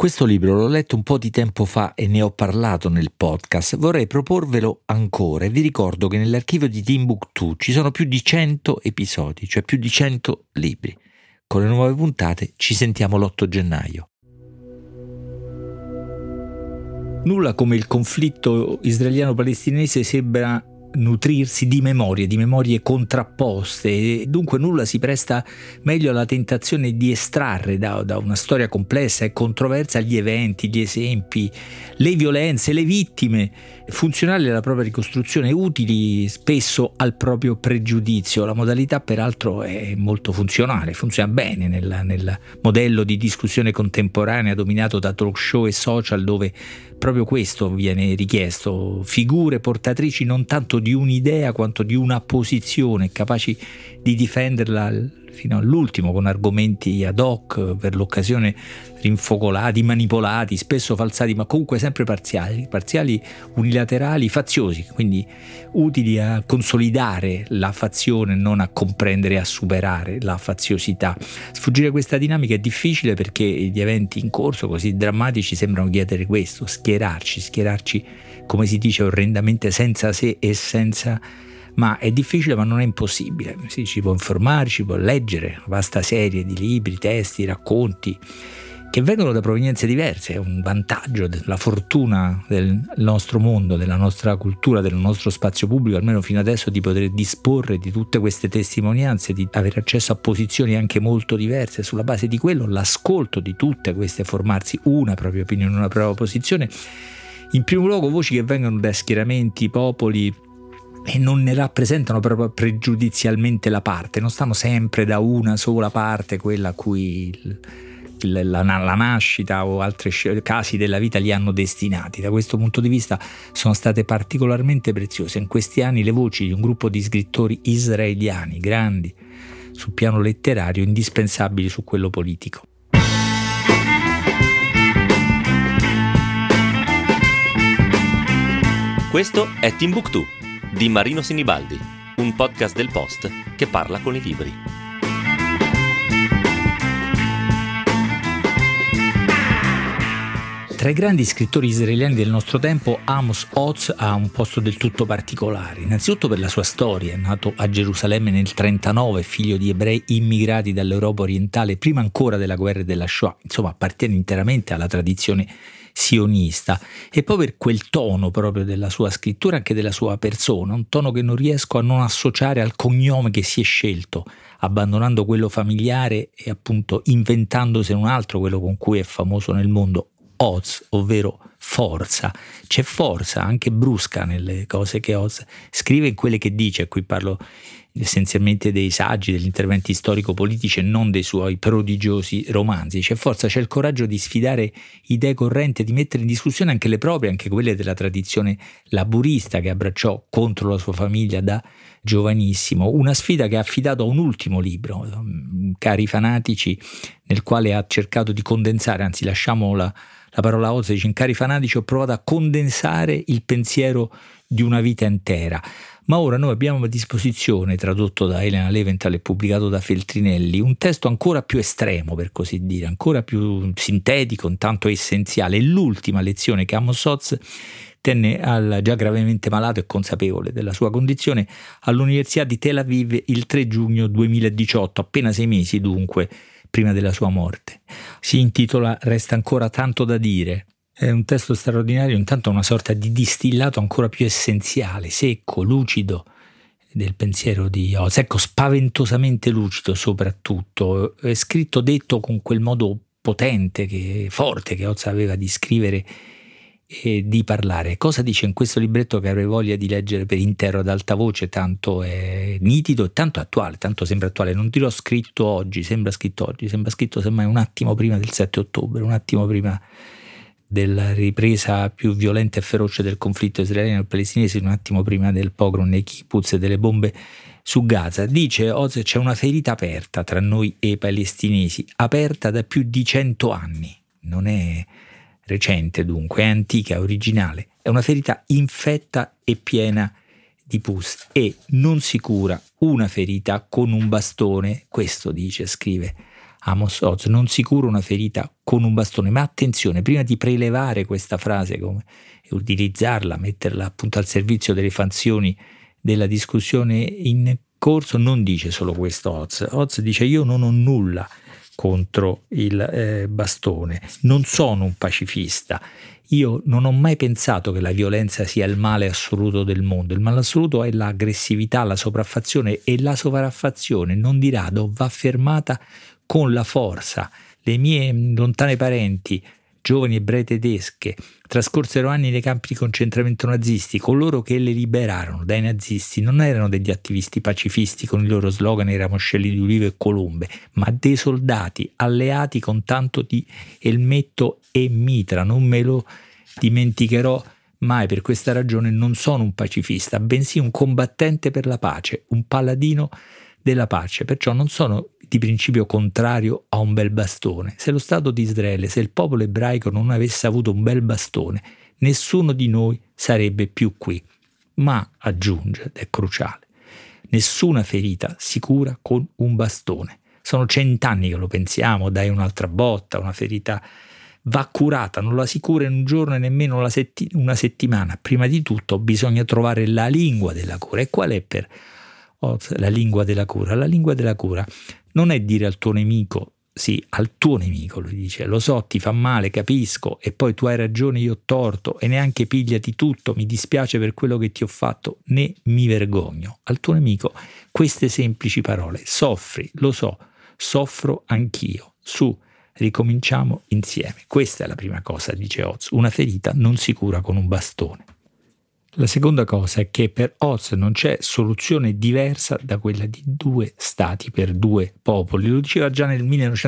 Questo libro l'ho letto un po' di tempo fa e ne ho parlato nel podcast. Vorrei proporvelo ancora e vi ricordo che nell'archivio di Timbuktu ci sono più di 100 episodi, cioè più di 100 libri. Con le nuove puntate ci sentiamo l'8 gennaio. Nulla come il conflitto israeliano-palestinese sembra nutrirsi di memorie contrapposte, e dunque nulla si presta meglio alla tentazione di estrarre da una storia complessa e controversa gli eventi, gli esempi, le violenze, le vittime, funzionali alla propria ricostruzione, utili spesso al proprio pregiudizio. La modalità peraltro è molto funzionale, funziona bene nel modello di discussione contemporanea dominato da talk show e social, dove proprio questo viene richiesto: figure portatrici non tanto di un'idea quanto di una posizione, capaci di difenderla fino all'ultimo con argomenti ad hoc, per l'occasione rinfocolati, manipolati, spesso falsati, ma comunque sempre parziali, unilaterali, faziosi, quindi utili a consolidare la fazione, non a comprendere e a superare la faziosità. Sfuggire questa dinamica è difficile perché gli eventi in corso così drammatici sembrano chiedere questo: schierarci, come si dice orrendamente, senza se e senza ma. È difficile, ma non è impossibile. Sì, ci può informare, ci può leggere una vasta serie di libri, testi, racconti che vengono da provenienze diverse. È un vantaggio della fortuna del nostro mondo, della nostra cultura, del nostro spazio pubblico, almeno fino adesso, di poter disporre di tutte queste testimonianze, di avere accesso a posizioni anche molto diverse. Sulla base di quello, l'ascolto di tutte queste, formarsi una propria opinione, una propria posizione. In primo luogo voci che vengono da schieramenti, popoli, e non ne rappresentano proprio pregiudizialmente la parte, non stanno sempre da una sola parte, quella a cui la nascita o altri casi della vita li hanno destinati. Da questo punto di vista sono state particolarmente preziose in questi anni le voci di un gruppo di scrittori israeliani, grandi sul piano letterario, indispensabili su quello politico. Questo è Timbuktu di Marino Sinibaldi, un podcast del Post che parla con i libri. Tra i grandi scrittori israeliani del nostro tempo, Amos Oz ha un posto del tutto particolare, innanzitutto per la sua storia. È nato a Gerusalemme nel 1939, figlio di ebrei immigrati dall'Europa orientale prima ancora della guerra e della Shoah, insomma appartiene interamente alla tradizione sionista, e poi per quel tono proprio della sua scrittura, anche della sua persona, un tono che non riesco a non associare al cognome che si è scelto, abbandonando quello familiare e appunto inventandosene un altro, quello con cui è famoso nel mondo, Oz, ovvero forza. C'è forza anche brusca nelle cose che Oz scrive, in quelle che dice. Qui parlo essenzialmente dei saggi, degli interventi storico-politici e non dei suoi prodigiosi romanzi. C'è forza, c'è il coraggio di sfidare idee correnti e di mettere in discussione anche le proprie, anche quelle della tradizione laburista che abbracciò contro la sua famiglia da giovanissimo. Una sfida che ha affidato a un ultimo libro, Cari fanatici, nel quale ha cercato di condensare, anzi lasciamo la parola Oz, dice: in Cari fanatici ho provato a condensare il pensiero di una vita intera. Ma ora noi abbiamo a disposizione, tradotto da Elena Leventhal e pubblicato da Feltrinelli, un testo ancora più estremo, per così dire, ancora più sintetico, intanto essenziale. È l'ultima lezione che Amos Oz tenne al già gravemente malato e consapevole della sua condizione all'Università di Tel Aviv il 3 giugno 2018, appena 6 mesi dunque prima della sua morte. Si intitola Resta ancora tanto da dire. È un testo straordinario, intanto una sorta di distillato ancora più essenziale, secco, lucido del pensiero di Oz, ecco, spaventosamente lucido soprattutto, è scritto, detto con quel modo potente, forte che Oz aveva di scrivere e di parlare. Cosa dice in questo libretto che avrei voglia di leggere per intero ad alta voce, tanto è nitido e tanto attuale, tanto sembra attuale. Non dirò scritto oggi, sembra scritto semmai un attimo prima del 7 ottobre, un attimo prima della ripresa più violenta e feroce del conflitto israeliano-palestinese, un attimo prima del pogrom nei kibbutz e delle bombe su Gaza. Dice Oz: c'è una ferita aperta tra noi e i palestinesi, aperta da più di 100 anni. Non è recente dunque, è antica, è originale. È una ferita infetta e piena di pus e non si cura una ferita con un bastone. Questo dice, scrive Amos Oz, non si cura una ferita con un bastone. Ma attenzione, prima di prelevare questa frase e utilizzarla, metterla appunto al servizio delle fazioni della discussione in corso, non dice solo questo Oz. Oz dice: io non ho nulla contro il bastone, non sono un pacifista, io non ho mai pensato che la violenza sia il male assoluto del mondo. Il male assoluto è l'aggressività, la sopraffazione, e la sopraffazione, non di rado, va fermata con la forza. Le mie lontane parenti, giovani ebrei tedesche, trascorsero anni nei campi di concentramento nazisti. Coloro che le liberarono dai nazisti non erano degli attivisti pacifisti con i loro slogan e ramoscelli di ulivo e colombe, ma dei soldati alleati con tanto di elmetto e mitra. Non me lo dimenticherò mai. Per questa ragione non sono un pacifista, bensì un combattente per la pace, un paladino della pace. Perciò non sono di principio contrario a un bel bastone. Se lo Stato di Israele, se il popolo ebraico non avesse avuto un bel bastone, nessuno di noi sarebbe più qui. Ma, aggiunge, ed è cruciale, nessuna ferita si cura con un bastone. Sono 100 anni che lo pensiamo, dai un'altra botta, una ferita va curata, non la si cura in un giorno e nemmeno una settimana. Prima di tutto bisogna trovare la lingua della cura. E qual è per Oz la lingua della cura? La lingua della cura non è dire al tuo nemico, sì, al tuo nemico, lui dice: lo so, ti fa male, capisco, e poi tu hai ragione, io ho torto, e neanche pigliati tutto, mi dispiace per quello che ti ho fatto, né mi vergogno. Al tuo nemico queste semplici parole: soffri, lo so, soffro anch'io, su, ricominciamo insieme. Questa è la prima cosa, dice Oz. Una ferita non si cura con un bastone. La seconda cosa è che per Oz non c'è soluzione diversa da quella di 2 stati per 2 popoli. Lo diceva già nel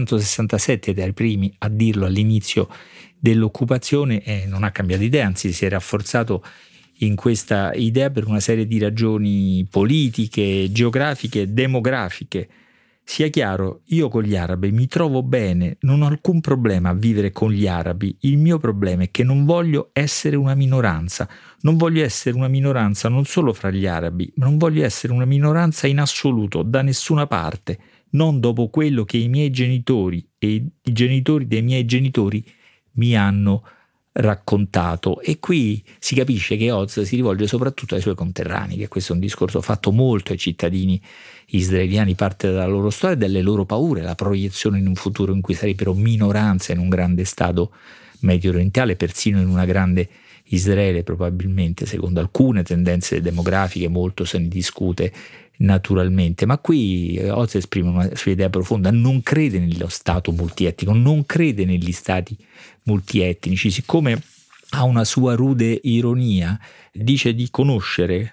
1967, dai primi a dirlo all'inizio dell'occupazione, e non ha cambiato idea, anzi si è rafforzato in questa idea per una serie di ragioni politiche, geografiche e demografiche. Sia chiaro, io con gli arabi mi trovo bene, non ho alcun problema a vivere con gli arabi. Il mio problema è che non voglio essere una minoranza. Non voglio essere una minoranza non solo fra gli arabi, ma non voglio essere una minoranza in assoluto, da nessuna parte, non dopo quello che i miei genitori e i genitori dei miei genitori mi hanno raccontato. E qui si capisce che Oz si rivolge soprattutto ai suoi conterranei, che questo è un discorso fatto molto ai cittadini israeliani, parte dalla loro storia e dalle loro paure, la proiezione in un futuro in cui sarebbero minoranze in un grande stato medio orientale, persino in una grande Israele probabilmente, secondo alcune tendenze demografiche. Molto se ne discute naturalmente, ma qui Oz esprime una sua idea profonda: non crede nello stato multietnico, non crede negli stati multietnici. Siccome ha una sua rude ironia, dice di conoscere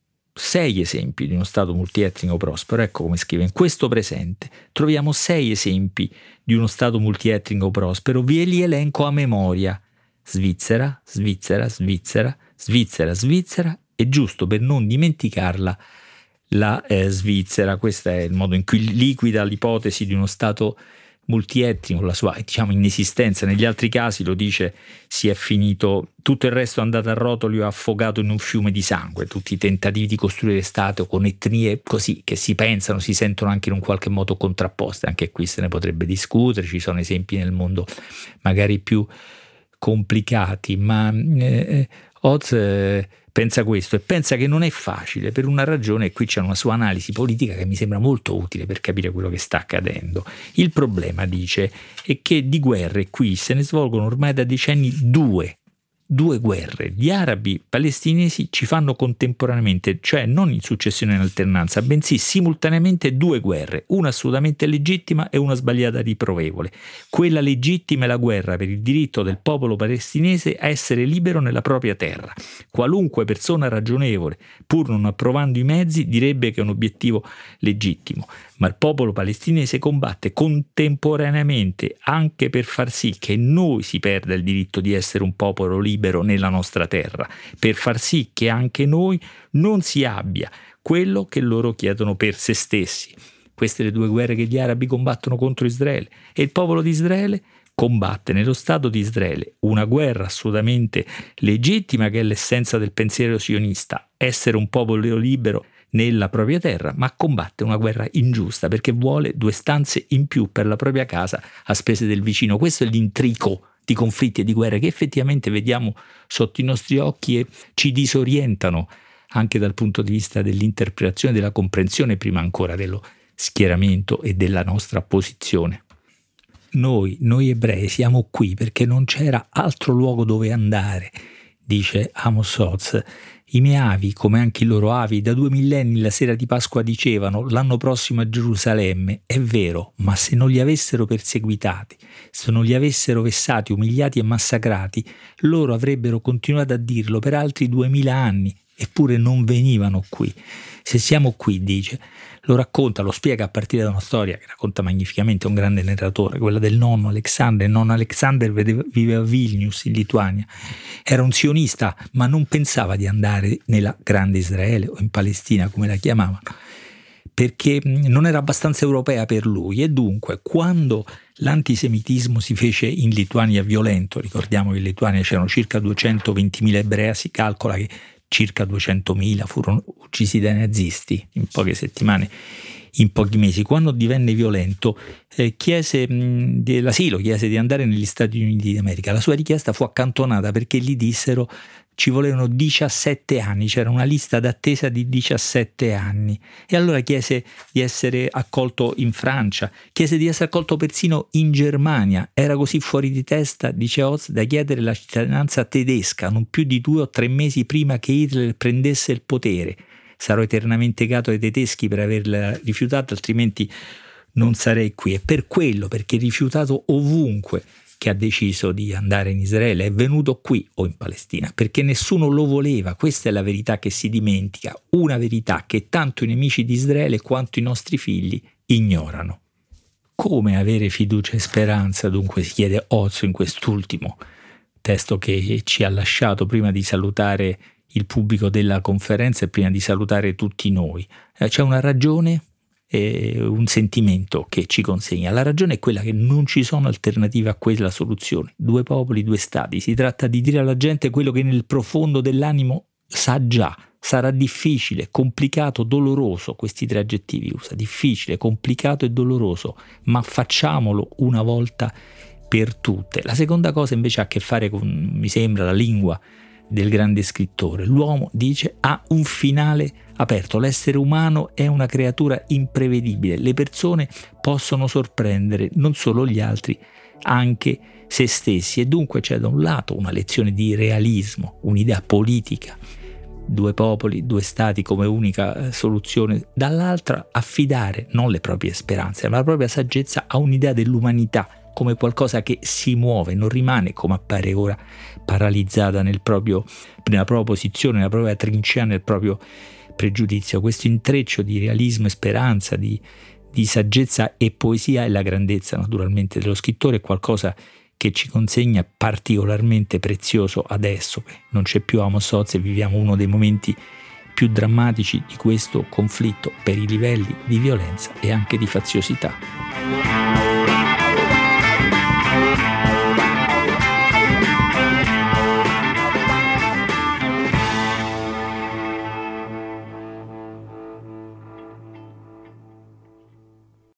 6 esempi di uno stato multietnico prospero. Ecco come scrive: in questo presente troviamo 6 esempi di uno stato multietnico prospero, vi li elenco a memoria: Svizzera, Svizzera, Svizzera, Svizzera, Svizzera, e giusto per non dimenticarla la Svizzera. Questo è il modo in cui liquida l'ipotesi di uno stato multietnico, la sua, diciamo, inesistenza. Negli altri casi, lo dice, si è finito, tutto il resto è andato a rotoli o affogato in un fiume di sangue. Tutti i tentativi di costruire stato con etnie così, che si pensano, si sentono anche in un qualche modo contrapposte. Anche qui se ne potrebbe discutere, ci sono esempi nel mondo magari più complicati, ma Oz pensa questo, e pensa che non è facile per una ragione, e qui c'è una sua analisi politica che mi sembra molto utile per capire quello che sta accadendo. Il problema, dice, è che di guerre qui se ne svolgono ormai da decenni due guerre. Gli arabi palestinesi ci fanno contemporaneamente, cioè non in successione in alternanza, bensì simultaneamente 2 guerre, una assolutamente legittima e una sbagliata riprovevole. Quella legittima è la guerra per il diritto del popolo palestinese a essere libero nella propria terra. Qualunque persona ragionevole, pur non approvando i mezzi, direbbe che è un obiettivo legittimo. Ma il popolo palestinese combatte contemporaneamente anche per far sì che noi si perda il diritto di essere un popolo libero nella nostra terra, per far sì che anche noi non si abbia quello che loro chiedono per se stessi. Queste le 2 guerre che gli arabi combattono contro Israele, e il popolo di Israele combatte nello Stato di Israele una guerra assolutamente legittima, che è l'essenza del pensiero sionista: essere un popolo libero nella propria terra, ma combatte una guerra ingiusta perché vuole 2 stanze in più per la propria casa a spese del vicino. Questo è l'intrico di conflitti e di guerre che effettivamente vediamo sotto i nostri occhi e ci disorientano anche dal punto di vista dell'interpretazione, della comprensione, prima ancora dello schieramento e della nostra posizione. Noi ebrei siamo qui perché non c'era altro luogo dove andare, dice Amos Oz. I miei avi, come anche i loro avi, da 2 millenni la sera di Pasqua dicevano: l'anno prossimo a Gerusalemme. È vero, ma se non li avessero perseguitati, se non li avessero vessati, umiliati e massacrati, loro avrebbero continuato a dirlo per altri 2000 anni, eppure non venivano qui. Se siamo qui, dice, lo racconta, lo spiega a partire da una storia che racconta magnificamente un grande narratore, quella del nonno Alexander. Il nonno Alexander viveva a Vilnius, in Lituania. Era un sionista, ma non pensava di andare nella grande Israele o in Palestina, come la chiamavano, perché non era abbastanza europea per lui. E dunque, quando l'antisemitismo si fece in Lituania violento, ricordiamo che in Lituania c'erano circa 220.000 ebrei, si calcola che circa 200.000 furono uccisi dai nazisti in poche settimane, in pochi mesi. Quando divenne violento chiese l'asilo, chiese di andare negli Stati Uniti d'America. La sua richiesta fu accantonata perché gli dissero ci volevano 17 anni, c'era una lista d'attesa di 17 anni. E allora chiese di essere accolto in Francia, chiese di essere accolto persino in Germania. Era così fuori di testa, dice Oz, da chiedere la cittadinanza tedesca non più di 2 o 3 mesi prima che Hitler prendesse il potere. Sarò eternamente grato ai tedeschi per averla rifiutata, altrimenti non sarei qui. E per quello, perché rifiutato ovunque, che ha deciso di andare in Israele, è venuto qui o in Palestina, perché nessuno lo voleva. Questa è la verità che si dimentica, una verità che tanto i nemici di Israele quanto i nostri figli ignorano. Come avere fiducia e speranza, dunque, si chiede Oz in quest'ultimo testo che ci ha lasciato prima di salutare il pubblico della conferenza e prima di salutare tutti noi. C'è una ragione e un sentimento che ci consegna. La ragione è quella che non ci sono alternative a quella soluzione. 2 popoli, 2 stati. Si tratta di dire alla gente quello che nel profondo dell'animo sa già. Sarà difficile, complicato, doloroso, questi 3 aggettivi usa, difficile, complicato e doloroso, ma facciamolo una volta per tutte. La seconda cosa invece ha a che fare con, mi sembra, la lingua del grande scrittore. L'uomo, dice, ha un finale aperto. L'essere umano è una creatura imprevedibile. Le persone possono sorprendere non solo gli altri, anche se stessi. E dunque c'è da un lato una lezione di realismo, un'idea politica, 2 popoli, 2 stati come unica soluzione, dall'altra affidare non le proprie speranze, ma la propria saggezza a un'idea dell'umanità come qualcosa che si muove, non rimane, come appare ora, paralizzata nella propria posizione, nella propria trincea, nel proprio pregiudizio. Questo intreccio di realismo e speranza, di saggezza e poesia, e la grandezza naturalmente dello scrittore, è qualcosa che ci consegna particolarmente prezioso adesso che non c'è più Amos Oz e viviamo uno dei momenti più drammatici di questo conflitto per i livelli di violenza e anche di faziosità.